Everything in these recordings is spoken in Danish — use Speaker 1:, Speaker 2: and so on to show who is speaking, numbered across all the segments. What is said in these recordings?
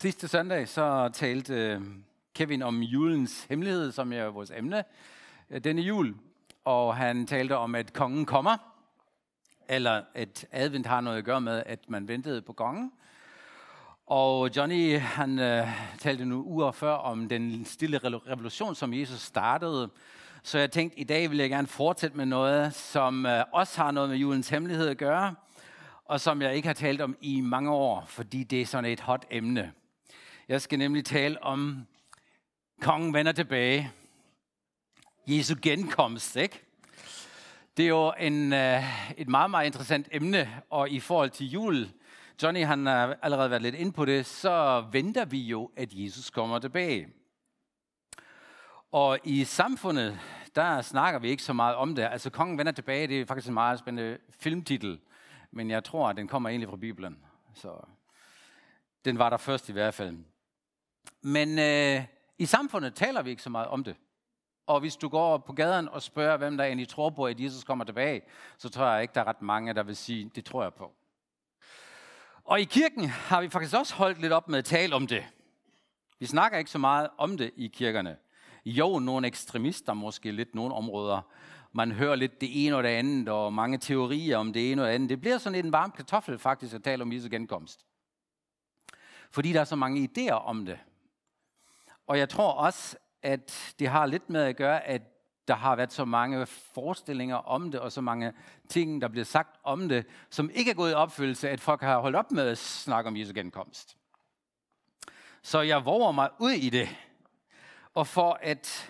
Speaker 1: Sidste søndag så talte Kevin om julens hemmelighed, som er vores emne denne jul. Og han talte om, at kongen kommer, eller at advent har noget at gøre med, at man ventede på kongen. Og Johnny, han talte nogle uger før om den stille revolution, som Jesus startede. Så jeg tænkte, i dag vil jeg gerne fortsætte med noget, som også har noget med julens hemmelighed at gøre, og som jeg ikke har talt om i mange år, fordi det er sådan et hot emne. Jeg skal nemlig tale om, kongen vender tilbage. Jesu genkomst, ikke? Det er jo et meget, meget interessant emne, og i forhold til jul, Johnny han har allerede været lidt inde på det, så venter vi jo, at Jesus kommer tilbage. Og i samfundet, der snakker vi ikke så meget om det. Altså, kongen vender tilbage, det er faktisk en meget spændende filmtitel, men jeg tror, at den kommer egentlig fra Bibelen. Så den var der først i hvert fald. Men i samfundet taler vi ikke så meget om det. Og hvis du går på gaden og spørger, hvem der egentlig tror på, at Jesus kommer tilbage, så tror jeg ikke, der er ret mange, der vil sige, det tror jeg på. Og i kirken har vi faktisk også holdt lidt op med at tale om det. Vi snakker ikke så meget om det i kirkerne. Jo, nogle ekstremister, måske lidt nogle områder. Man hører lidt det ene og det andet, og mange teorier om det ene og det andet. Det bliver sådan lidt en varm kartoffel faktisk at tale om Jesu genkomst. Fordi der er så mange idéer om det. Og jeg tror også, at det har lidt med at gøre, at der har været så mange forestillinger om det, og så mange ting, der bliver sagt om det, som ikke er gået i opfyldelse, at folk har holdt op med at snakke om Jesu genkomst. Så jeg våger mig ud i det. Og for at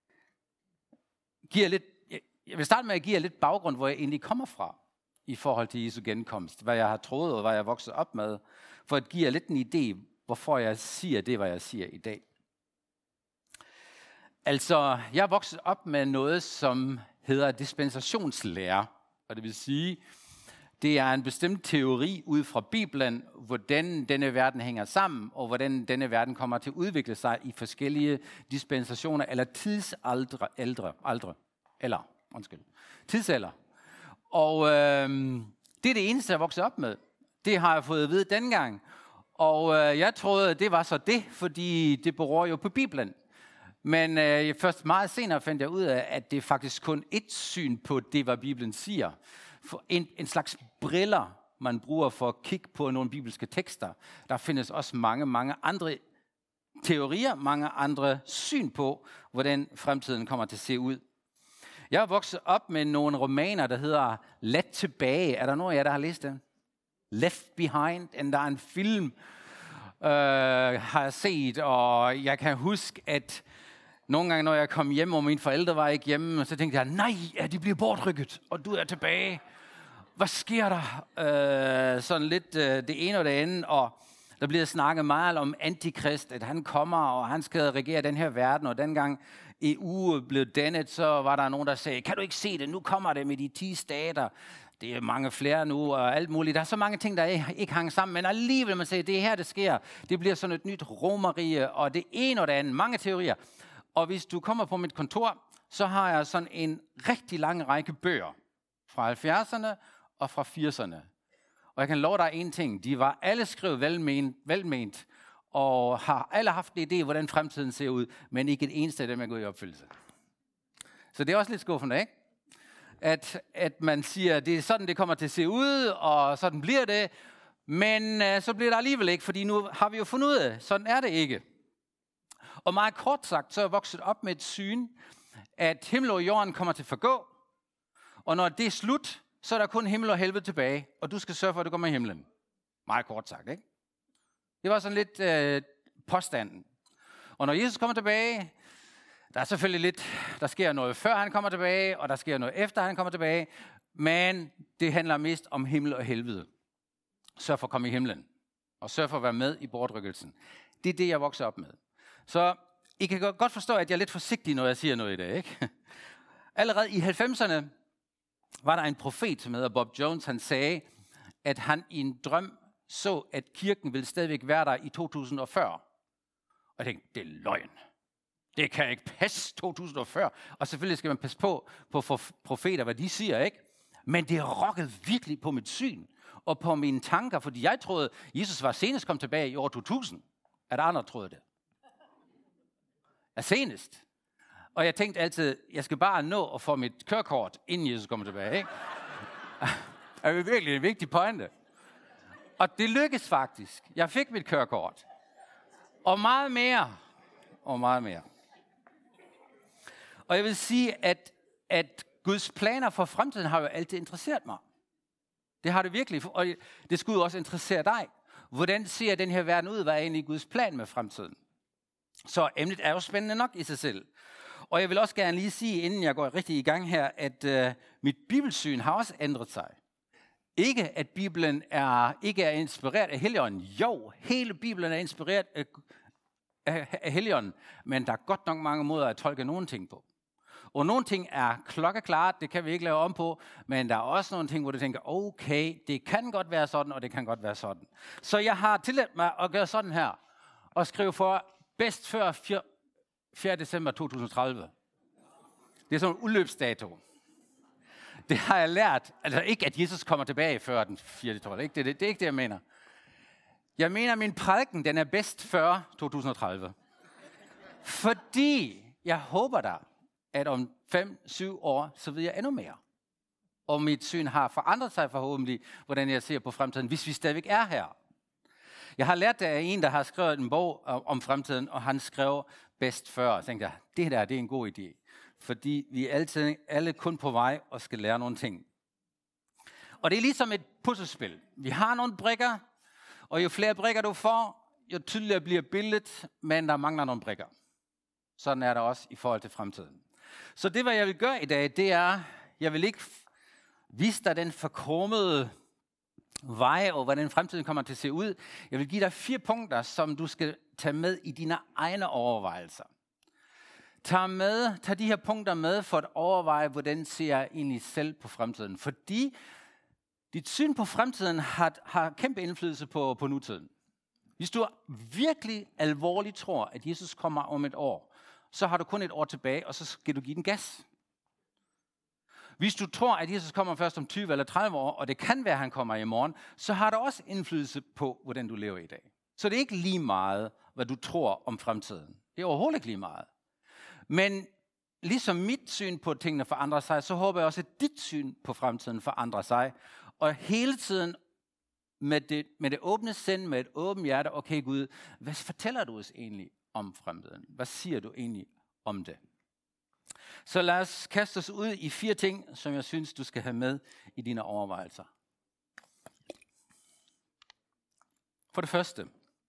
Speaker 1: give lidt, jeg vil starte med at give jer lidt baggrund, hvor jeg egentlig kommer fra, i forhold til Jesu genkomst. Hvad jeg har troet, og hvad jeg er vokset op med. For at give jer lidt en idé, hvorfor jeg siger det, hvad jeg siger i dag. Altså, jeg er vokset op med noget, som hedder dispensationslære. Og det vil sige, det er en bestemt teori ud fra Bibelen, hvordan denne verden hænger sammen, og hvordan denne verden kommer til at udvikle sig i forskellige dispensationer, eller tidsalder. Og det er det eneste, jeg er vokset op med. Det har jeg fået at vide dengang. Og jeg troede, det var så det, fordi det beror jo på Bibelen. Men først meget senere fandt jeg ud af, at det er faktisk kun et syn på det, hvad Bibelen siger. For en slags briller, man bruger for at kigge på nogle bibelske tekster. Der findes også mange andre teorier, mange andre syn på, hvordan fremtiden kommer til at se ud. Jeg er vokset op med nogle romaner, der hedder Let tilbage. Er der nogen af jer, der har læst den? Left Behind, og der er en film, har jeg set, og jeg kan huske, at nogle gange, når jeg kom hjem, og mine forældre var ikke hjemme, så tænkte jeg, nej, de bliver bortrykket, og du er tilbage. Hvad sker der? Sådan lidt det ene og det andet, og der bliver snakket meget om antikrist, at han kommer, og han skal regere den her verden, og dengang EU blev dannet, så var der nogen, der sagde, kan du ikke se det? Nu kommer det med de 10 stater. Det er mange flere nu, og alt muligt. Der er så mange ting, der ikke hang sammen, men alligevel man siger, det er her, det sker. Det bliver sådan et nyt romerrige, og det ene og det andet. Mange teorier. Og hvis du kommer på mit kontor, så har jeg sådan en rigtig lang række bøger fra 70'erne og fra 80'erne. Og jeg kan love dig en ting. De var alle skrevet velment, og har alle haft en idé, hvordan fremtiden ser ud, men ikke et eneste af dem er gået i opfyldelse. Så det er også lidt skuffende, ikke? At man siger, det er sådan, det kommer til at se ud, og sådan bliver det, men så bliver det alligevel ikke, fordi nu har vi jo fundet ud af, sådan er det ikke. Og meget kort sagt, så er jeg vokset op med et syn, at himmel og jorden kommer til at forgå, og når det er slut, så er der kun himmel og helvede tilbage, og du skal sørge for, at du kommer i himlen. Meget kort sagt, ikke? Det var sådan lidt påstanden. Og når Jesus kommer tilbage, der er selvfølgelig lidt, der sker noget før han kommer tilbage, og der sker noget efter han kommer tilbage, men det handler mest om himmel og helvede. Sørg for at komme i himlen, og sørg for at være med i bortrykkelsen. Det er det, jeg vokser op med. Så I kan godt forstå, at jeg er lidt forsigtig, når jeg siger noget i dag, ikke? Allerede i 90'erne var der en profet, som hedder Bob Jones. Han sagde, at han i en drøm så, at kirken ville stadigvæk være der i 2040. Og jeg tænkte, det er løgn. Det kan ikke passe 2040. Og selvfølgelig skal man passe på profeter, hvad de siger, ikke? Men det rokkede virkelig på mit syn og på mine tanker, fordi jeg troede, Jesus var senest kom tilbage i år 2000. at andre troede det. Senest. Og jeg tænkte altid, jeg skal bare nå at få mit kørekort, inden Jesus kommer tilbage. Ikke? Det er virkelig en vigtig pointe. Og det lykkedes faktisk. Jeg fik mit kørekort. Og meget mere. Og jeg vil sige, at Guds planer for fremtiden har jo altid interesseret mig. Det har det virkelig. Og det skulle jo også interessere dig. Hvordan ser den her verden ud? Hvad er egentlig Guds plan med fremtiden? Så emnet er jo spændende nok i sig selv. Og jeg vil også gerne lige sige, inden jeg går rigtig i gang her, at mit bibelsyn har også ændret sig. Ikke at Bibelen ikke er inspireret af Helligånden. Jo, hele Bibelen er inspireret af Helligånden, men der er godt nok mange måder at tolke nogle ting på. Og nogle ting er klokkeklart, det kan vi ikke lave om på, men der er også nogle ting, hvor du tænker, okay, det kan godt være sådan, og det kan godt være sådan. Så jeg har tilladt mig at gøre sådan her, og skrive for bedst før 4. december 2030. Det er sådan en udløbsdato. Det har jeg lært. Altså ikke, at Jesus kommer tilbage før den 4. december. Det er ikke det, jeg mener. Jeg mener, at min prædiken, den er bedst før 2030. Fordi jeg håber da, at om 5-7 år, så ved jeg endnu mere. Og mit syn har forandret sig forhåbentlig, hvordan jeg ser på fremtiden, hvis vi stadigvæk er her. Jeg har lært det af en, der har skrevet en bog om fremtiden, og han skrev bedst før. Jeg tænkte, det er en god idé. Fordi vi er alle kun på vej og skal lære nogle ting. Og det er ligesom et puslespil. Vi har nogle brikker, og jo flere brikker du får, jo tydeligere bliver billedet, men der mangler nogle brikker. Sådan er det også i forhold til fremtiden. Så det, hvad jeg vil gøre i dag, det er, jeg vil ikke vise dig den forkromede vej, og hvordan fremtiden kommer til at se ud. Jeg vil give dig 4 punkter, som du skal tage med i dine egne overvejelser. Tag de her punkter med for at overveje, hvordan ser jeg egentlig selv på fremtiden. Fordi dit syn på fremtiden har kæmpe indflydelse på nutiden. Hvis du virkelig alvorligt tror, at Jesus kommer om et år, så har du kun et år tilbage, og så skal du give den gas. Hvis du tror, at Jesus kommer først om 20 eller 30 år, og det kan være, at han kommer i morgen, så har det også indflydelse på, hvordan du lever i dag. Så det er ikke lige meget, hvad du tror om fremtiden. Det er overhovedet ikke lige meget. Men ligesom mit syn på tingene forandrer sig, så håber jeg også, at dit syn på fremtiden forandrer sig. Og hele tiden med det åbne sind, med et åbent hjerte, okay Gud, hvad fortæller du os egentlig om fremtiden? Hvad siger du egentlig om det? Så lad os kaste os ud i 4 ting, som jeg synes, du skal have med i dine overvejelser. For det første,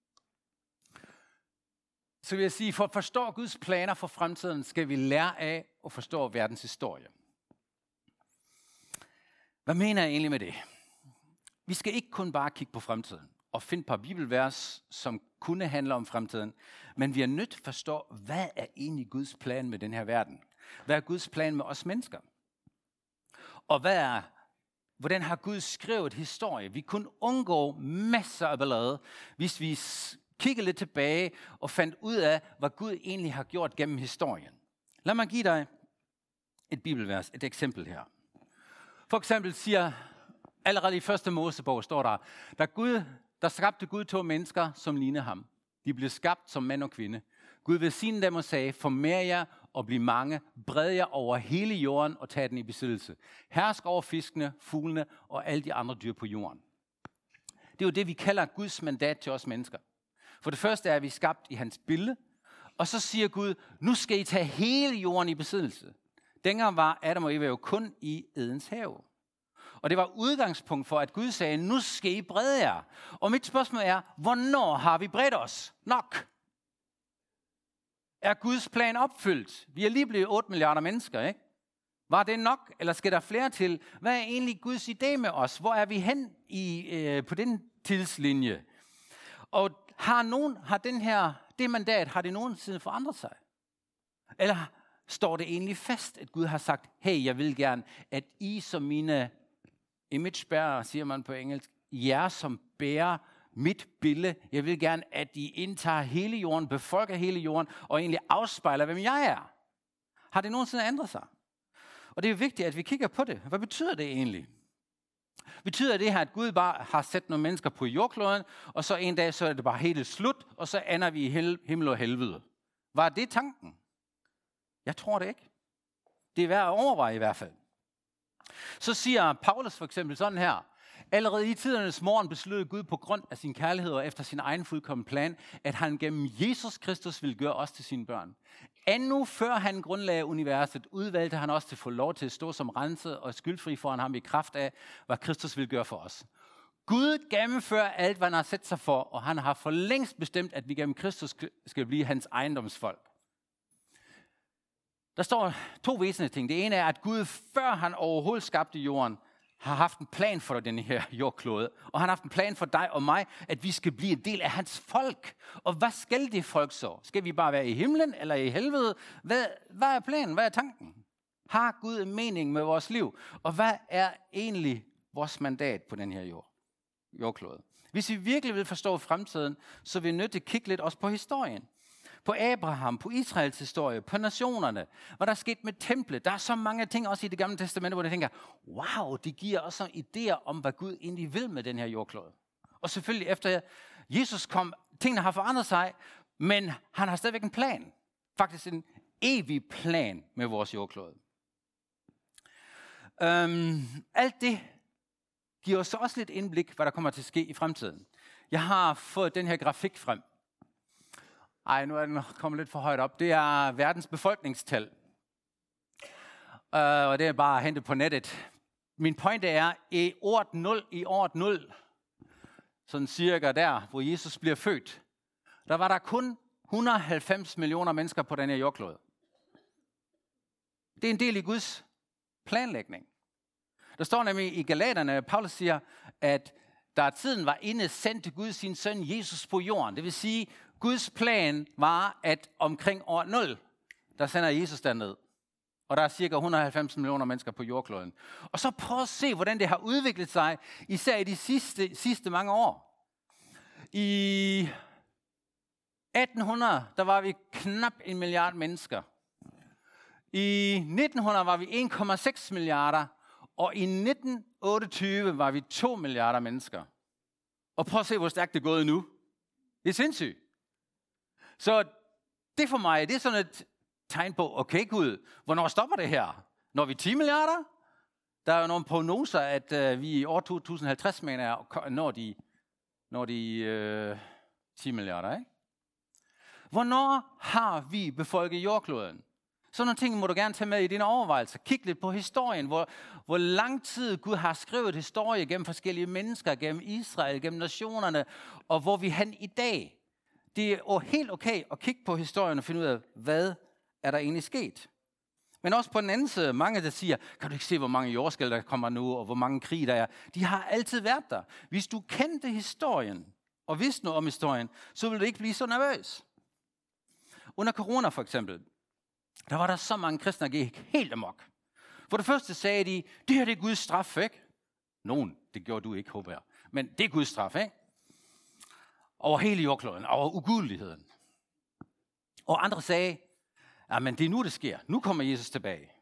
Speaker 1: så vil jeg sige, for at forstå Guds planer for fremtiden, skal vi lære af at forstå verdens historie. Hvad mener jeg egentlig med det? Vi skal ikke kun bare kigge på fremtiden og finde et par bibelvers, som kunne handle om fremtiden, men vi er nødt til at forstå, hvad er egentlig Guds plan med den her verden? Hvad er Guds plan med os mennesker? Og hvordan har Gud skrevet historie? Vi kunne undgå masser af ballade, hvis vi kigger lidt tilbage og fandt ud af, hvad Gud egentlig har gjort gennem historien. Lad mig give dig et bibelvers, et eksempel her. For eksempel siger, allerede i første Mosebog står der skabte Gud 2 mennesker, som lignede ham. De blev skabt som mand og kvinde. Gud velsignede dem og sagde, formær jer og bliv mange, bred jer over hele jorden og tag den i besiddelse. Hersk over fiskene, fuglene og alle de andre dyr på jorden. Det er jo det, vi kalder Guds mandat til os mennesker. For det første er vi skabt i hans billede, og så siger Gud, nu skal I tage hele jorden i besiddelse. Dengang var Adam og Eva jo kun i Edens have. Og det var udgangspunkt for, at Gud sagde, nu skal I brede jer. Og mit spørgsmål er, hvornår har vi bredt os? Nok. Er Guds plan opfyldt? Vi er lige blevet 8 milliarder mennesker, ikke? Var det nok, eller skal der flere til? Hvad er egentlig Guds idé med os? Hvor er vi hen på den tidslinje? Og har det mandat, har det nogensinde forandret sig? Eller står det egentlig fast, at Gud har sagt, hey, jeg vil gerne, at I som mine imagebærere, siger man på engelsk, jer som bærer mit billede, jeg vil gerne, at I indtager hele jorden, befolker hele jorden, og egentlig afspejler, hvem jeg er. Har det nogensinde ændret sig? Og det er vigtigt, at vi kigger på det. Hvad betyder det egentlig? Betyder det her, at Gud bare har sat nogle mennesker på jordkloden, og så en dag, så er det bare helt slut, og så ender vi i himmel og helvede? Var det tanken? Jeg tror det ikke. Det er værd at overveje i hvert fald. Så siger Paulus for eksempel sådan her: allerede i tidernes morgen besluttede Gud på grund af sin kærlighed og efter sin egen fuldkommen plan, at han gennem Jesus Kristus ville gøre os til sine børn. Endnu før han grundlagde universet, udvalgte han os til at få lov til at stå som renset og skyldfri foran ham i kraft af, hvad Kristus vil gøre for os. Gud gennemfører alt, hvad han har sat sig for, og han har for længst bestemt, at vi gennem Kristus skal blive hans ejendomsfolk. Der står to væsentlige ting. Det ene er, at Gud, før han overhovedet skabte jorden, har haft en plan for den her jordklode. Og han har haft en plan for dig og mig, at vi skal blive en del af hans folk. Og hvad skal det folk så? Skal vi bare være i himlen eller i helvede? Hvad er planen? Hvad er tanken? Har Gud en mening med vores liv? Og hvad er egentlig vores mandat på den her jordklode? Hvis vi virkelig vil forstå fremtiden, så er vi nødt til at kigge lidt også på historien. På Abraham, på Israels historie, på nationerne, hvad der er sket med templet. Der er så mange ting også i Det Gamle Testamente, hvor jeg tænker, wow, det giver også idéer om, hvad Gud egentlig vil med den her jordklode. Og selvfølgelig efter Jesus kom, tingene har forandret sig, men han har stadigvæk en plan. Faktisk en evig plan med vores jordklode. Alt det giver os også lidt indblik, hvad der kommer til at ske i fremtiden. Jeg har fået den her grafik frem. Ej, nu er den kommet lidt for højt op. Det er verdens befolkningstal. Og det er bare hentet på nettet. Min pointe er, i år 0, sådan cirka der, hvor Jesus bliver født, der var der kun 190 millioner mennesker på den her jordklode. Det er en del i Guds planlægning. Der står nemlig i Galaterne, Paulus siger, at da tiden var inde, sendte Gud sin søn Jesus på jorden. Det vil sige, Guds plan var, at omkring år 0, der sender Jesus derned. Og der er cirka 190 millioner mennesker på jordkloden. Og så prøv at se, hvordan det har udviklet sig, især i de sidste mange år. I 1800, der var vi knap 1 milliard mennesker. I 1900 var vi 1,6 milliarder. Og i 1928 var vi 2 milliarder mennesker. Og prøv at se, hvor stærkt det er gået nu. Det er sindssygt. Så det for mig, det er sådan et tegn på, okay Gud, hvornår stopper det her? Når vi er 10 milliarder? Der er jo nogle prognoser, at vi i år 2050 mener, når de 10 milliarder, ikke? Hvornår har vi befolket jordkloden? Sådan nogle ting må du gerne tage med i dine overvejelser. Kig lidt på historien, hvor lang tid Gud har skrevet historie gennem forskellige mennesker, gennem Israel, gennem nationerne, og hvor vi hen i dag. Det er helt okay at kigge på historien og finde ud af, hvad er der egentlig sket. Men også på den anden side, mange der siger, kan du ikke se, hvor mange jordskælv der kommer nu, og hvor mange krig der er. De har altid været der. Hvis du kendte historien, og vidste noget om historien, så ville du ikke blive så nervøs. Under corona for eksempel, der var der så mange kristne, der gik helt amok. For det første sagde de, det her det er Guds straf, ikke? Nogen, det gjorde du ikke, håber jeg. Men det er Guds straf, ikke? Over hele jordkloden, over ugudeligheden. Og andre sagde, men det er nu, det sker. Nu kommer Jesus tilbage.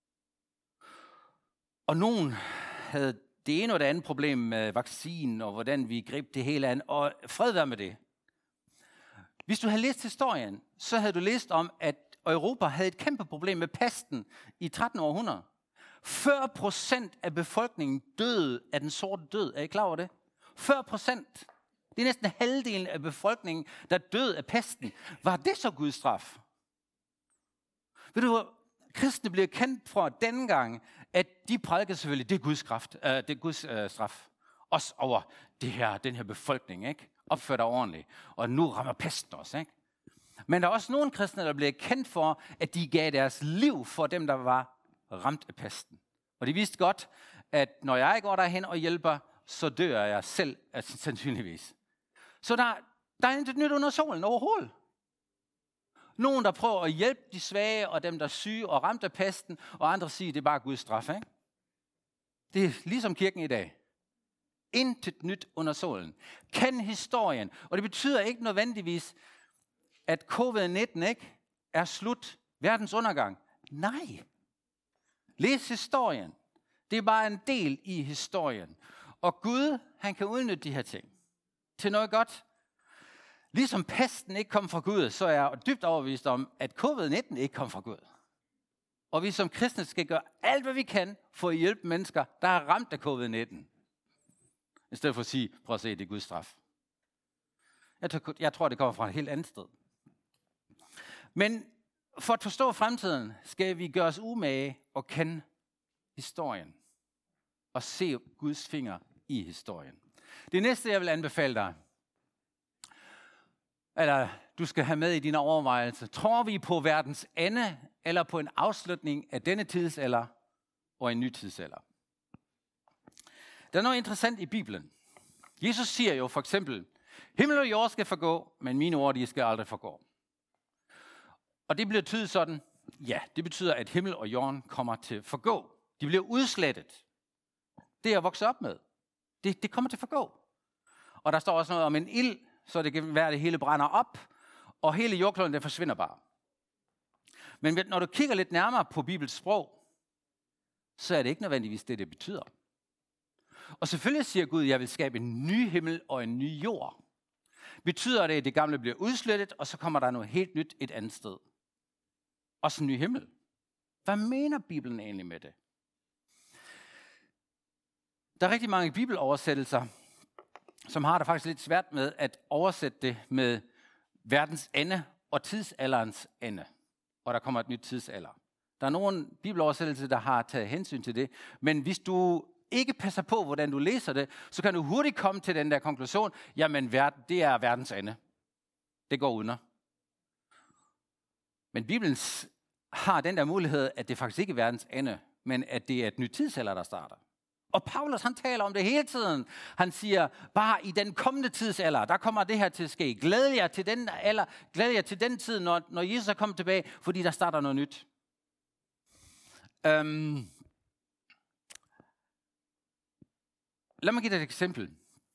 Speaker 1: Og nogen havde det ene og det andet problem med vaccinen, og hvordan vi greb det hele an, og fred være med det. Hvis du havde læst historien, så havde du læst om, at Europa havde et kæmpe problem med pesten i 13. århundrede. 40% af befolkningen døde af den sorte død. Er I klar over det? 40%. Det er næsten halvdelen af befolkningen, der døde af pesten. Var det så Guds straf? Ved du hvad? Kristne bliver kendt fra denne gang, at de prædiker selvfølgelig, det er Guds straf. Også over den her befolkning, ikke? Opfør dig ordentligt. Og nu rammer pesten os, ikke? Men der er også nogle kristne, der bliver kendt for, at de gav deres liv for dem, der var ramt af pesten. Og de vidste godt, at når jeg går derhen og hjælper, så dør jeg selv, sandsynligvis. Så der er intet nyt under solen overhovedet. Nogen, der prøver at hjælpe de svage, og dem, der er syge og ramt af pesten, og andre siger, det er bare Guds straf, ikke? Det er ligesom kirken i dag. Intet nyt under solen. Kend historien. Og det betyder ikke nødvendigvis, at covid-19 ikke er slut, verdens undergang. Nej. Læs historien. Det er bare en del i historien. Og Gud, han kan udnytte de her ting til noget godt. Ligesom pesten ikke kom fra Gud, så er jeg dybt overbevist om, at covid-19 ikke kom fra Gud. Og vi som kristne skal gøre alt, hvad vi kan, for at hjælpe mennesker, der er ramt af covid-19. I stedet for at sige, prøv at se, det er Guds straf. Jeg tror, det kommer fra et helt andet sted. Men for at forstå fremtiden, skal vi gøre os umage og kende historien. Og se Guds finger i historien. Det næste, jeg vil anbefale dig, eller du skal have med i dine overvejelser. Tror vi på verdens ende, eller på en afslutning af denne tidsalder og en ny tidsalder? Der er noget interessant i Bibelen. Jesus siger jo for eksempel, himmel og jord skal forgå, men mine ord, de skal aldrig forgå. Og det betyder sådan, ja, det betyder, at himmel og jorden kommer til at forgå. De bliver udslettet. Det er jeg vokset op med. Det kommer til at forgå. Og der står også noget om en ild, så det kan være, at det hele brænder op, og hele jordkloden, det forsvinder bare. Men når du kigger lidt nærmere på Bibels sprog, så er det ikke nødvendigvis det betyder. Og selvfølgelig siger Gud, at jeg vil skabe en ny himmel og en ny jord. Betyder det, at det gamle bliver udslettet, og så kommer der noget helt nyt et andet sted? Også en ny himmel. Hvad mener Bibelen egentlig med det? Der er rigtig mange bibeloversættelser, som har det faktisk lidt svært med at oversætte det med verdens ende og tidsalderens ende. Og der kommer et nyt tidsalder. Der er nogle bibeloversættelser, der har taget hensyn til det. Men hvis du ikke passer på, hvordan du læser det, så kan du hurtigt komme til den der konklusion, jamen det er verdens ende. Det går under. Men Bibelen har den der mulighed, at det faktisk ikke er verdens ende, men at det er et nyt tidsalder, der starter. Og Paulus, han taler om det hele tiden. Han siger, bare i den kommende tidsalder, der kommer det her til at ske. Glæd jer til den tid, når Jesus er kommet tilbage, fordi der starter noget nyt. Lad mig give dig et eksempel.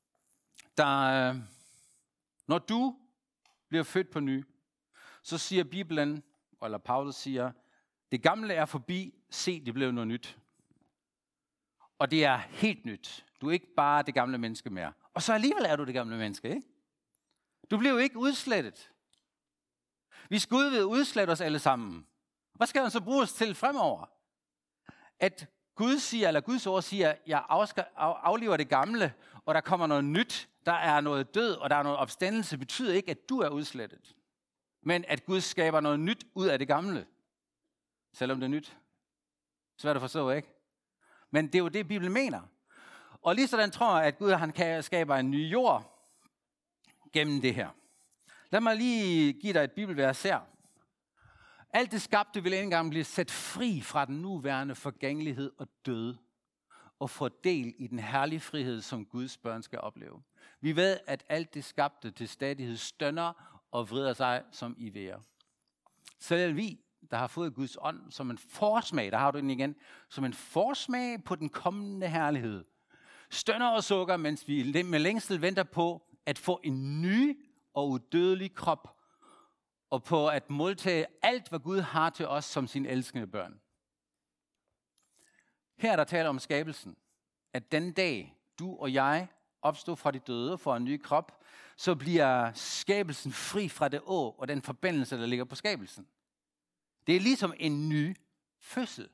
Speaker 1: Når du bliver født på ny, så siger Bibelen, eller Paulus siger, det gamle er forbi, se, det blev noget nyt. Og det er helt nyt. Du er ikke bare det gamle menneske mere. Og så alligevel er du det gamle menneske, ikke? Du bliver jo ikke udslettet. Hvis Gud vil udslette os alle sammen, hvad skal han så bruge os til fremover? At Guds ord siger, jeg aflever det gamle, og der kommer noget nyt, der er noget død, og der er noget opstandelse, betyder ikke, at du er udslettet. Men at Gud skaber noget nyt ud af det gamle. Selvom det er nyt. Svært at forstå, ikke? Men det er jo det, Bibelen mener. Og lige sådan tror jeg, at Gud han skaber en ny jord gennem det her. Lad mig lige give dig et bibelvers her. Alt det skabte vil engang blive sat fri fra den nuværende forgængelighed og død, og få del i den herlige frihed, som Guds børn skal opleve. Vi ved, at alt det skabte til stadighed stønner og vrider sig som i vejr. Selv vi, der har fået Guds ånd som en forsmag, der har du den igen, som en forsmag på den kommende herlighed, stønner og sukker, mens vi med længsel venter på at få en ny og udødelig krop, og på at modtage alt, hvad Gud har til os som sine elskende børn. Her er der tale om skabelsen, at den dag, du og jeg opstår fra de døde for en ny krop, så bliver skabelsen fri fra det og den forbindelse, der ligger på skabelsen. Det er ligesom en ny fødsel.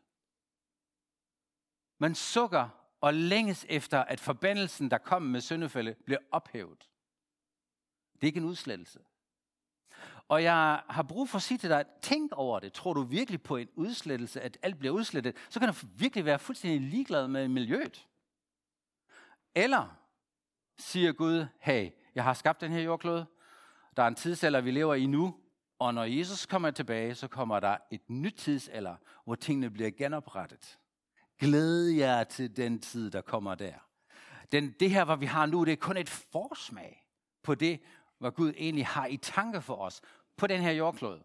Speaker 1: Man sukker og længes efter, at forbandelsen, der kom med syndefælde, bliver ophævet. Det er ikke en udslettelse. Og jeg har brug for at sige til dig, tænk over det. Tror du virkelig på en udslettelse, at alt bliver udslettet? Så kan du virkelig være fuldstændig ligeglad med miljøet. Eller siger Gud, hey, jeg har skabt den her jordklode. Der er en tidsalder, vi lever i nu. Og når Jesus kommer tilbage, så kommer der et nyt tidsalder, hvor tingene bliver genoprettet. Glæd jer til den tid, der kommer der. Det her, hvad vi har nu, det er kun et forsmag på det, hvad Gud egentlig har i tanke for os på den her jordklode.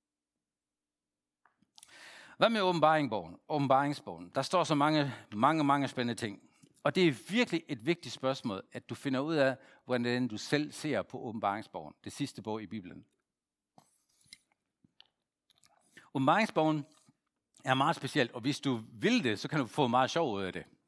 Speaker 1: Hvad med åbenbaringsbogen? Der står så mange spændende ting. Og det er virkelig et vigtigt spørgsmål, at du finder ud af, hvordan du selv ser på åbenbaringsbogen, det sidste bog i Bibelen. Åbenbaringsbogen er meget specielt, og hvis du vil det, så kan du få meget sjov ud af det.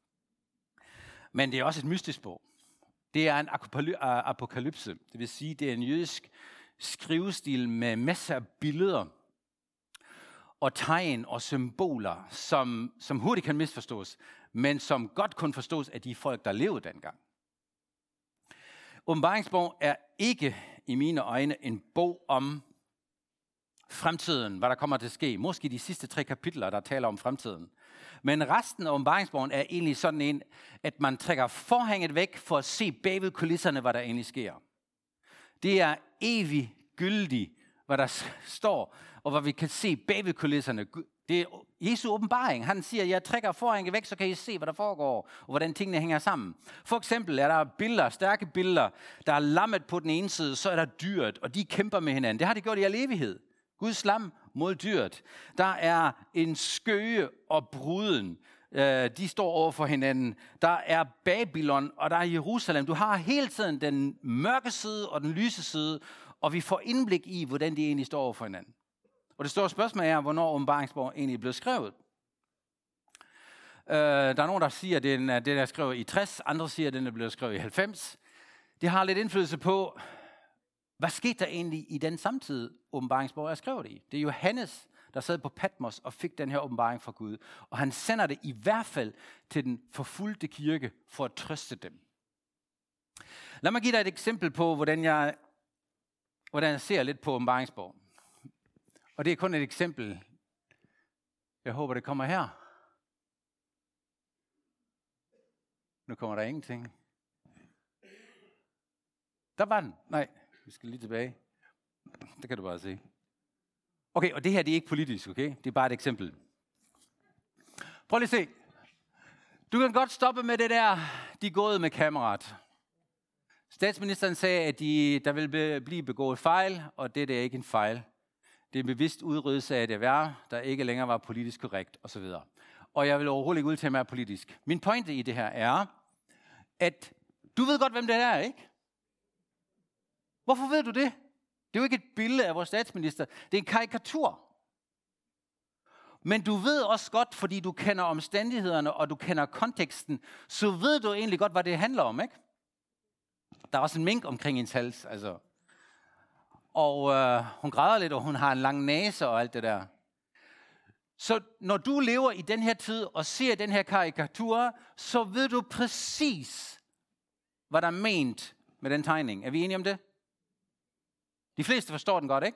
Speaker 1: Men det er også et mystisk bog. Det er en apokalypse. Det vil sige, det er en jødisk skrivestil med masser af billeder og tegn og symboler, som hurtigt kan misforstås, men som godt kunne forstås af de folk, der levede dengang. Åbenbaringsbogen er ikke i mine øjne en bog om fremtiden, hvad der kommer til at ske. Måske de sidste 3 kapitler, der taler om fremtiden. Men resten af åbenbaringsbogen er egentlig sådan en, at man trækker forhænget væk for at se bagved kulisserne, hvad der egentlig sker. Det er evigt gyldigt, hvad der står, og hvad vi kan se bagved kulisserne. Det er Jesu åbenbaring. Han siger, jeg trækker forhænget væk, så kan I se, hvad der foregår, og hvordan tingene hænger sammen. For eksempel er der billeder, stærke billeder, der er lammet på den ene side, så er der dyret, og de kæmper med hinanden. Det har de gjort i al evighed. Guds lam mod dyret. Der er en skøge og bruden. De står over for hinanden. Der er Babylon, og der er Jerusalem. Du har hele tiden den mørke side og den lyse side, og vi får indblik i, hvordan de egentlig står over for hinanden. Og det store spørgsmål er, hvornår åbenbaringsbogen egentlig blev skrevet. Der er nogen, der siger, at den er skrevet i 60, andre siger, at den er blevet skrevet i 90. Det har lidt indflydelse på, hvad skete der egentlig i den samtid, åbenbaringsbogen er skrevet i. Det er Johannes, der sad på Patmos og fik den her åbenbaring fra Gud. Og han sender det i hvert fald til den forfulgte kirke for at trøste dem. Lad mig give dig et eksempel på, hvordan jeg ser lidt på åbenbaringsbogen. Og det er kun et eksempel. Jeg håber, det kommer her. Nu kommer der ingenting. Der var den. Nej, vi skal lige tilbage. Det kan du bare se. Okay, og det her det er ikke politisk, okay? Det er bare et eksempel. Prøv lige at se. Du kan godt stoppe med det der, de gået med kameraet. Statsministeren sagde, at der vil blive begået fejl, og det er ikke en fejl. Det er en bevidst udryddelse af et erhverv, der ikke længere var politisk korrekt, osv. Og jeg vil overhovedet ikke udtale mig politisk. Min pointe i det her er, at du ved godt, hvem det er, ikke? Hvorfor ved du det? Det er jo ikke et billede af vores statsminister. Det er en karikatur. Men du ved også godt, fordi du kender omstændighederne, og du kender konteksten, så ved du egentlig godt, hvad det handler om, ikke? Der er også en mink omkring hendes hals, altså. Og hun græder lidt, og hun har en lang næse og alt det der. Så når du lever i den her tid og ser den her karikatur, så ved du præcis, hvad der er ment med den tegning. Er vi enige om det? De fleste forstår den godt, ikke?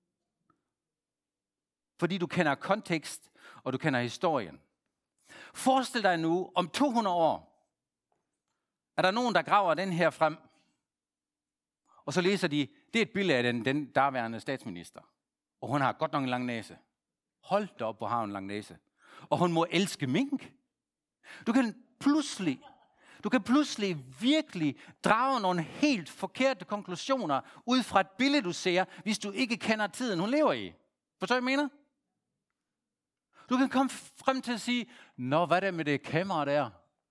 Speaker 1: Fordi du kender kontekst, og du kender historien. Forestil dig nu, om 200 år, er der nogen, der graver den her frem, og så læser de, det er et billede af den derværende statsminister. Og hun har godt nok en lang næse. Hold da op, hvor har hun en lang næse. Og hun må elske mink. Du kan pludselig virkelig drage nogle helt forkerte konklusioner ud fra et billede, du ser, hvis du ikke kender tiden, hun lever i. Forstår du, hvad jeg mener? Du kan komme frem til at sige, nå, hvad er det med det kamera der?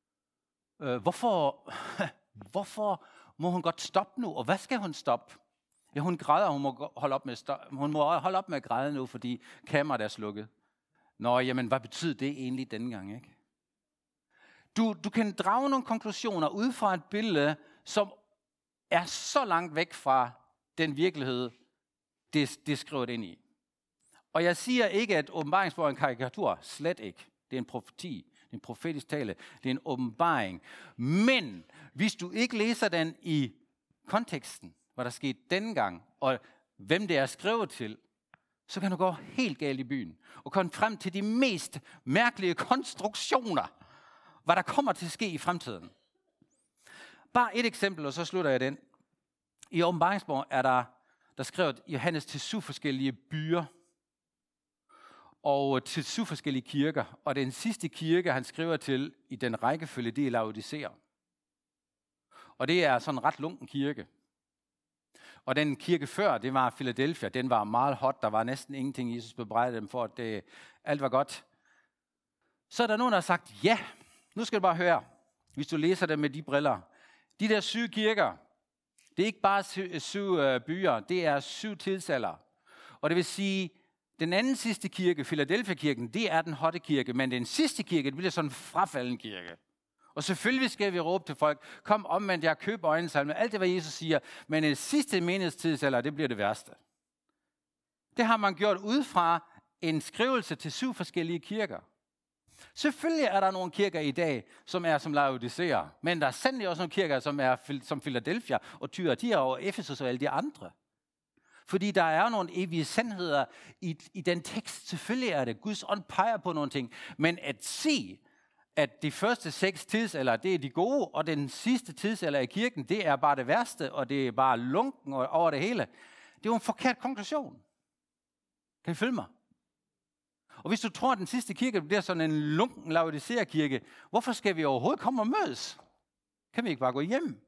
Speaker 1: Hvorfor må hun godt stoppe nu? Og hvad skal hun stoppe? Ja, hun græder, hun må holde op med at græde nu, fordi kameraet er slukket. Nå, jamen, hvad betyder det egentlig denne gang, ikke? Du kan drage nogle konklusioner ud fra et billede, som er så langt væk fra den virkelighed, det er skrevet ind i. Og jeg siger ikke, at åbenbaringsbogen er en karikatur. Slet ikke. Det er en profeti. Det er en profetisk tale. Det er en åbenbaring. Men hvis du ikke læser den i konteksten, hvad der skete denne gang, og hvem det er skrevet til, så kan du gå helt galt i byen og komme frem til de mest mærkelige konstruktioner, hvad der kommer til at ske i fremtiden. Bare et eksempel, og så slutter jeg den. I åbenbaringsbogen er der skrevet Johannes til 7 forskellige byer, og til 7 forskellige kirker. Og den sidste kirke, han skriver til i den rækkefølge, det er Laodicea. Og det er sådan en ret lunken kirke. Og den kirke før, det var Philadelphia, den var meget hot, der var næsten ingenting, Jesus bebrejdede dem for, at alt var godt. Så er der nogen, der har sagt, ja, nu skal du bare høre, hvis du læser det med de briller. De der 7 kirker, det er ikke bare 7 byer, det er 7 tidsalder. Og det vil sige, den anden sidste kirke, Philadelphia-kirken, det er den hotte kirke, men den sidste kirke, det bliver sådan en frafalden kirke. Og selvfølgelig skal vi råbe til folk, kom omvendt jer, køb øjensalme, alt det, hvad Jesus siger. Men det sidste menighedstidsalder, det bliver det værste. Det har man gjort ud fra en skrivelse til 7 forskellige kirker. Selvfølgelig er der nogle kirker i dag, som er som Laodicea, men der er sandelig også nogle kirker, som er som Philadelphia og Thyatira og Efesus og alle de andre. Fordi der er nogle evige sandheder i den tekst. Selvfølgelig er det. Guds ånd peger på nogle ting. Men at se, at de første 6 tidsalder, det er de gode, og den sidste tidsalder i kirken, det er bare det værste, og det er bare lunken over det hele. Det er jo en forkert konklusion. Kan I følge mig? Og hvis du tror, at den sidste kirke bliver sådan en lunken Laodicea-kirke, hvorfor skal vi overhovedet komme og mødes? Kan vi ikke bare gå hjem?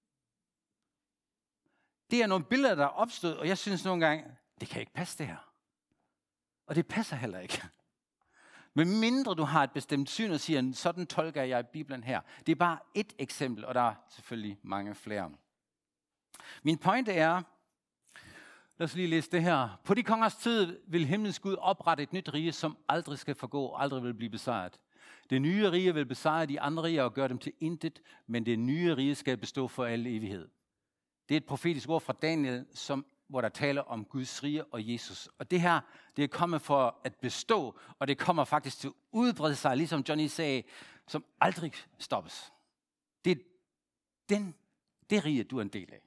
Speaker 1: Det er nogle billeder, der er opstået, og jeg synes nogle gange, det kan ikke passe det her. Og det passer heller ikke. Men mindre du har et bestemt syn og siger, sådan tolker jeg Bibelen her. Det er bare et eksempel, og der er selvfølgelig mange flere. Min pointe er, lad os lige læse det her. På de kongers tid vil himlens Gud oprette et nyt rige, som aldrig skal forgå og aldrig vil blive besejret. Det nye rige vil besejre de andre riger og gøre dem til intet, men det nye rige skal bestå for al evighed. Det er et profetisk ord fra Daniel, hvor der taler om Guds rige og Jesus. Og det her, det er kommet for at bestå, og det kommer faktisk til at udbrede sig, ligesom Johnny sagde, som aldrig stoppes. Det er det rige, du er en del af.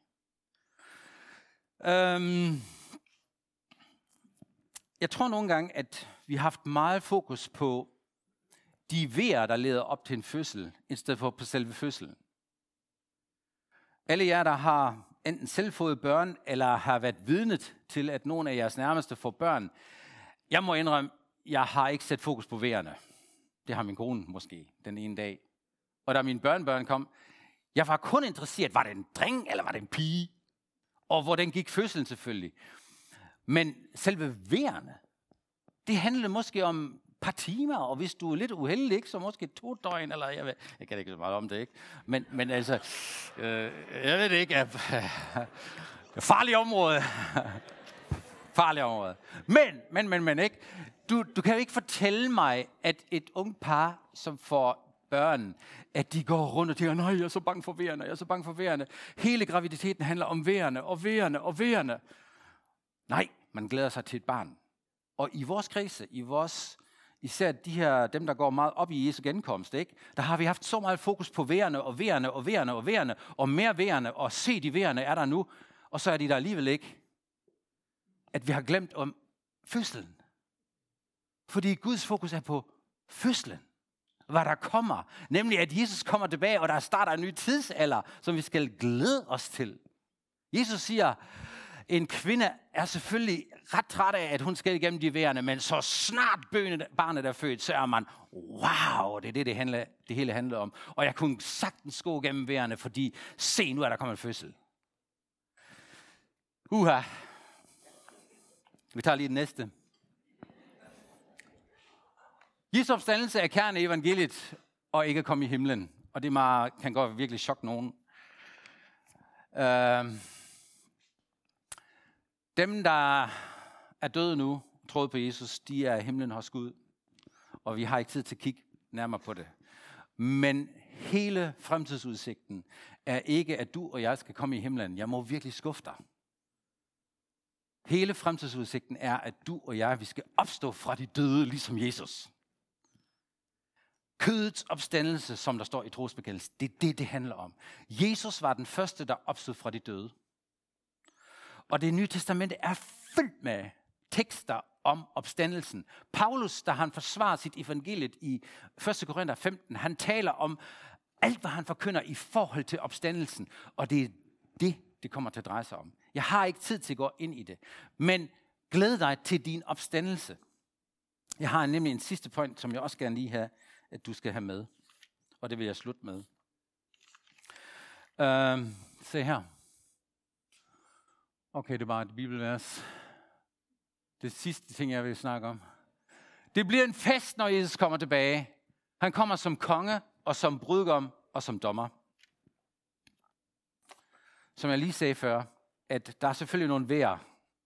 Speaker 1: Jeg tror nogle gange, at vi har haft meget fokus på de vejer, der leder op til en fødsel, i stedet for på selve fødslen. Alle jer, der har enten selv fået børn, eller har været vidnet til, at nogen af jeres nærmeste får børn, jeg må indrømme, jeg har ikke sat fokus på vejerne. Det har min kone måske den ene dag. Og da mine børnebørn kom, jeg var kun interesseret, var det en dreng, eller var det en pige? Og hvordan gik fødslen selvfølgelig. Men selve vejerne, det handlede måske om et par timer, og hvis du er lidt uheldig, ikke, så måske 2 døgn, eller jeg kan ikke så meget om det, ikke? Men altså, jeg ved det ikke, farligt område. Farligt område. Men ikke? Du kan jo ikke fortælle mig, at et ungt par, som får børn, at de går rundt og tænker, nej, jeg er så bange for vejerne, jeg er så bange for vejerne. Hele graviditeten handler om vejerne og vejerne og vejerne. Nej, man glæder sig til et barn. Og i vores kredse, især dem, der går meget op i Jesu genkomst, ikke? Der har vi haft så meget fokus på vejerne og vejerne og vejerne og vejerne, og mere vejerne, og se de vejerne er der nu, og så er de der alligevel ikke. At vi har glemt om fødslen. Fordi Guds fokus er på fødslen. Hvad der kommer. Nemlig at Jesus kommer tilbage, og der starter en ny tidsalder, som vi skal glæde os til. Jesus siger, en kvinde er selvfølgelig ret træt af, at hun skal igennem de vejerne, men så snart barnet er født, så er man, wow, det er det hele handler om. Og jeg kunne sagtens gå igennem vejerne, fordi se, nu er der kommet en fødsel. Vi tager lige den næste. Jesu opstandelse er kernen i evangeliet, og ikke at komme i himlen. Og det kan godt virkelig chokke nogen. Dem, der er døde nu, troede på Jesus, de er i himlen hos Gud. Og vi har ikke tid til at kigge nærmere på det. Men hele fremtidsudsigten er ikke, at du og jeg skal komme i himlen. Jeg må virkelig skuffe dig. Hele fremtidsudsigten er, at du og jeg, vi skal opstå fra de døde, ligesom Jesus. Kødets opstandelse, som der står i trosbekendelsen, det er det handler om. Jesus var den første, der opstod fra de døde. Og det nye testamente er fyldt med tekster om opstandelsen. Paulus, da han forsvarer sit evangeliet i 1. Korinther 15, han taler om alt, hvad han forkynder i forhold til opstandelsen. Og det er det kommer til at dreje sig om. Jeg har ikke tid til at gå ind i det. Men glæd dig til din opstandelse. Jeg har nemlig en sidste point, som jeg også gerne lige have, at du skal have med. Og det vil jeg slutte med. Se her. Okay, det er bare et bibelvers. Det sidste ting, jeg vil snakke om. Det bliver en fest, når Jesus kommer tilbage. Han kommer som konge, og som brudgom, og som dommer. Som jeg lige sagde før, at der er selvfølgelig nogle vejr,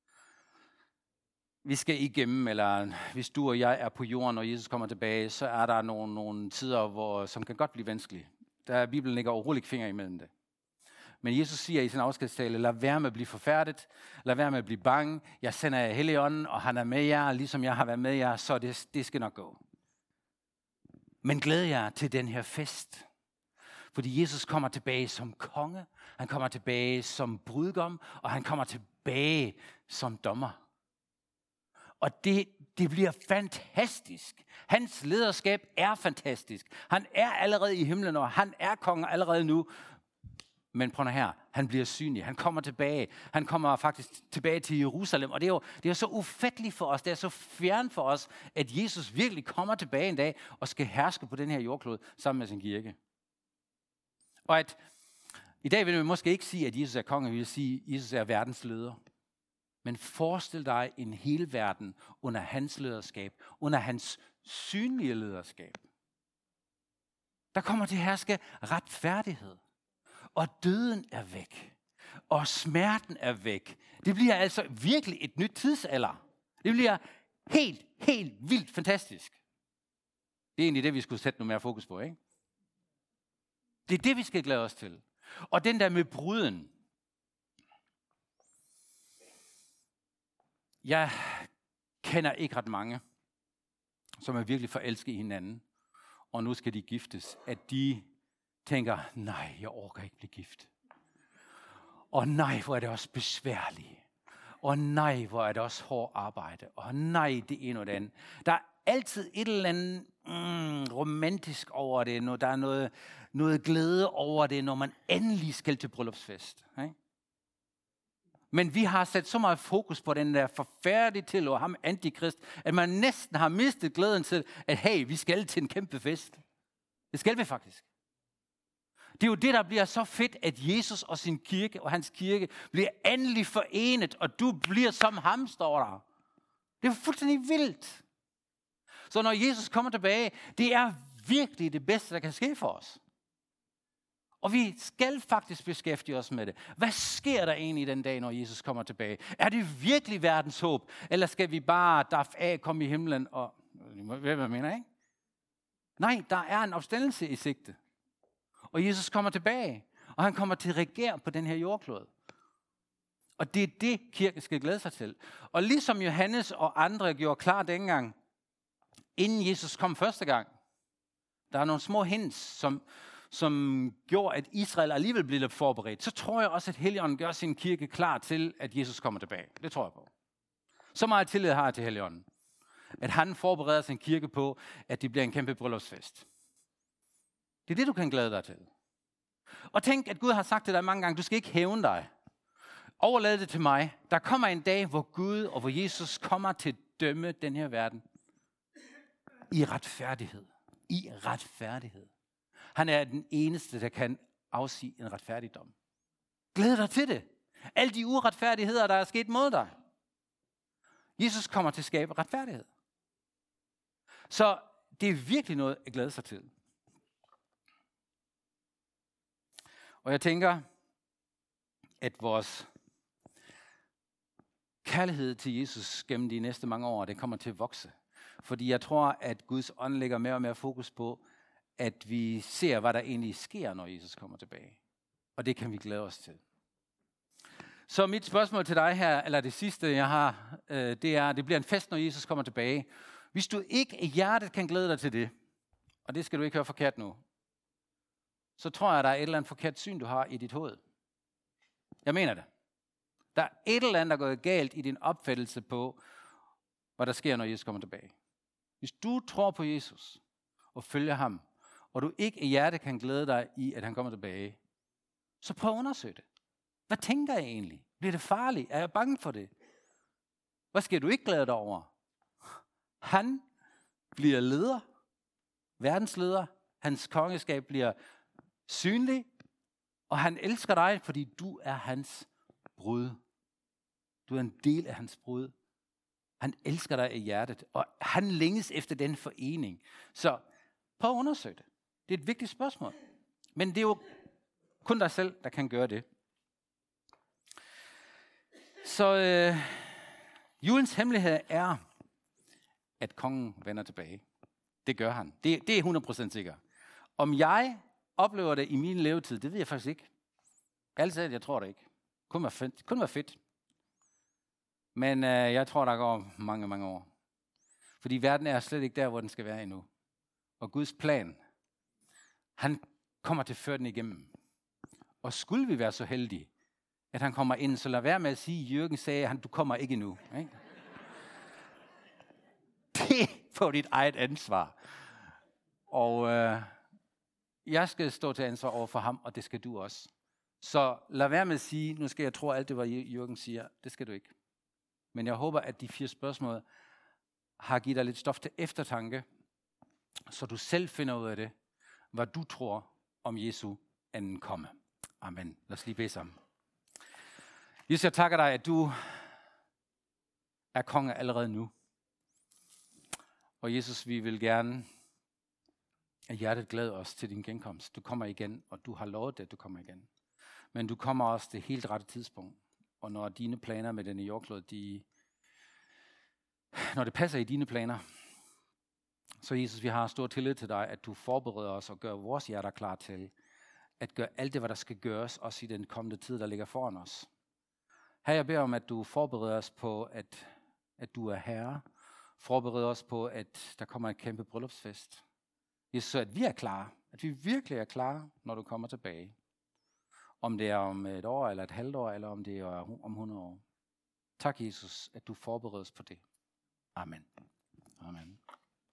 Speaker 1: vi skal igennem, eller hvis du og jeg er på jorden, og Jesus kommer tilbage, så er der nogle tider, som kan godt blive vanskelige. Der er Bibelen ikke overhovedet finger imellem det. Men Jesus siger i sin afskedstale, lad være med at blive forfærdet, lad være med at blive bange. Jeg sender jer Helligånden, og han er med jer, ligesom jeg har været med jer, så det skal nok gå. Men glæd jer til den her fest. Fordi Jesus kommer tilbage som konge, han kommer tilbage som brudgom, og han kommer tilbage som dommer. Og det bliver fantastisk. Hans lederskab er fantastisk. Han er allerede i himlen, og han er konge allerede nu. Men prøv nu her, han bliver synlig, han kommer tilbage. Han kommer faktisk tilbage til Jerusalem, og det er så ufatteligt for os, det er så fjern for os, at Jesus virkelig kommer tilbage en dag, og skal herske på den her jordklode sammen med sin kirke. Og at i dag vil vi måske ikke sige, at Jesus er konge, vi vil sige, at Jesus er verdens leder. Men forestil dig en hel verden under hans lederskab, under hans synlige lederskab. Der kommer til at herske retfærdighed. Og døden er væk. Og smerten er væk. Det bliver altså virkelig et nyt tidsalder. Det bliver helt vildt fantastisk. Det er egentlig det, vi skulle sætte noget mere fokus på, ikke? Det er det, vi skal glæde os til. Og den der med bruden. Jeg kender ikke ret mange, som er virkelig forelsket i hinanden. Og nu skal de giftes. At de tænker, nej, jeg orker ikke blive gift. Og nej, hvor er det også besværligt. Og nej, hvor er det også hårdt arbejde. Og nej, det ene og det andet. Der er altid et eller andet romantisk over det, når der er noget glæde over det, når man endelig skal til bryllupsfest. Ikke? Men vi har sat så meget fokus på den der forfærdelige til, og ham antikrist, at man næsten har mistet glæden til, at hey, vi skal til en kæmpe fest. Det skal vi faktisk. Det er jo det, der bliver så fedt, at Jesus og sin kirke og hans kirke bliver endelig forenet, og du bliver som ham, står der. Det er fuldstændig vildt. Så når Jesus kommer tilbage, det er virkelig det bedste, der kan ske for os. Og vi skal faktisk beskæftige os med det. Hvad sker der egentlig den dag, når Jesus kommer tilbage? Er det virkelig verdens håb? Eller skal vi bare daffe af, komme i himlen og... Hvad jeg mener, ikke? Nej, der er en opstandelse i sigte. Og Jesus kommer tilbage, og han kommer til at regere på den her jordklode. Og det er det, kirken skal glæde sig til. Og ligesom Johannes og andre gjorde klar dengang, inden Jesus kom første gang, der er nogle små hints, som gjorde, at Israel alligevel blev lidt forberedt, så tror jeg også, at Helligånden gør sin kirke klar til, at Jesus kommer tilbage. Det tror jeg på. Så meget tillid har jeg til Helligånden, at han forbereder sin kirke på, at det bliver en kæmpe bryllupsfest. Det er det, du kan glæde dig til. Og tænk, at Gud har sagt til dig mange gange, du skal ikke hævne dig. Overlad det til mig. Der kommer en dag, hvor Gud og hvor Jesus kommer til at dømme den her verden. I retfærdighed. I retfærdighed. Han er den eneste, der kan afsige en retfærdigdom. Glæd dig til det. Alle de uretfærdigheder, der er sket mod dig. Jesus kommer til at skabe retfærdighed. Så det er virkelig noget at glæde sig til. Og jeg tænker, at vores kærlighed til Jesus gennem de næste mange år, det kommer til at vokse. Fordi jeg tror, at Guds ånd lægger mere og mere fokus på, at vi ser, hvad der egentlig sker, når Jesus kommer tilbage. Og det kan vi glæde os til. Så mit spørgsmål til dig her, eller det sidste, jeg har, det er, det bliver en fest, når Jesus kommer tilbage. Hvis du ikke i hjertet kan glæde dig til det, og det skal du ikke høre forkert nu, så tror jeg, der er et eller andet forkert syn, du har i dit hoved. Jeg mener det. Der er et eller andet, der er gået galt i din opfattelse på, hvad der sker, når Jesus kommer tilbage. Hvis du tror på Jesus og følger ham, og du ikke i hjertet kan glæde dig i, at han kommer tilbage, så prøv at undersøge det. Hvad tænker jeg egentlig? Bliver det farligt? Er jeg bange for det? Hvad skal du ikke glæde dig over? Han bliver leder, verdensleder. Hans kongeskab bliver synlig, og han elsker dig, fordi du er hans brud. Du er en del af hans brud. Han elsker dig i hjertet, og han længes efter den forening. Så prøv at undersøge det. Det er et vigtigt spørgsmål. Men det er jo kun dig selv, der kan gøre det. Så julens hemmelighed er, at kongen vender tilbage. Det gør han. Det er 100% sikkert. Om jeg oplever det i min levetid, det ved jeg faktisk ikke. Altid, jeg tror det ikke. Kun var fedt. Men jeg tror, der går mange, mange år. Fordi verden er slet ikke der, hvor den skal være endnu. Og Guds plan, han kommer til at føre den igennem. Og skulle vi være så heldige, at han kommer ind, så lad være med at sige, Jürgen sagde, at du kommer ikke endnu. Ikke? Det er på dit eget ansvar. Og jeg skal stå til ansvar over for ham, og det skal du også. Så lad være med at sige, nu skal jeg tro alt det, hvad Jürgen siger. Det skal du ikke. Men jeg håber, at de 4 spørgsmål har givet dig lidt stof til eftertanke, så du selv finder ud af det, hvad du tror om Jesu anden komme. Amen. Lad os lige bede sammen. Jesus, jeg takker dig, at du er konge allerede nu. Og Jesus, vi vil gerne af hjertet glæde os til din genkomst. Du kommer igen, og du har lovet det, at du kommer igen. Men du kommer også det helt rette tidspunkt. Og når dine planer med denne jordklode, når det passer i dine planer, så Jesus, vi har stor tillid til dig, at du forbereder os og gør vores hjerter klar til at gøre alt det, hvad der skal gøres, også i den kommende tid, der ligger foran os. Her jeg beder om, at du forbereder os på, at du er herre. Forbereder os på, at der kommer en kæmpe bryllupsfest. Jesus, så at vi er klar. At vi virkelig er klar, når du kommer tilbage. Om det er om et år, eller et halvt år, eller om det er om 100 år. Tak, Jesus, at du forbereder os på det. Amen. Amen.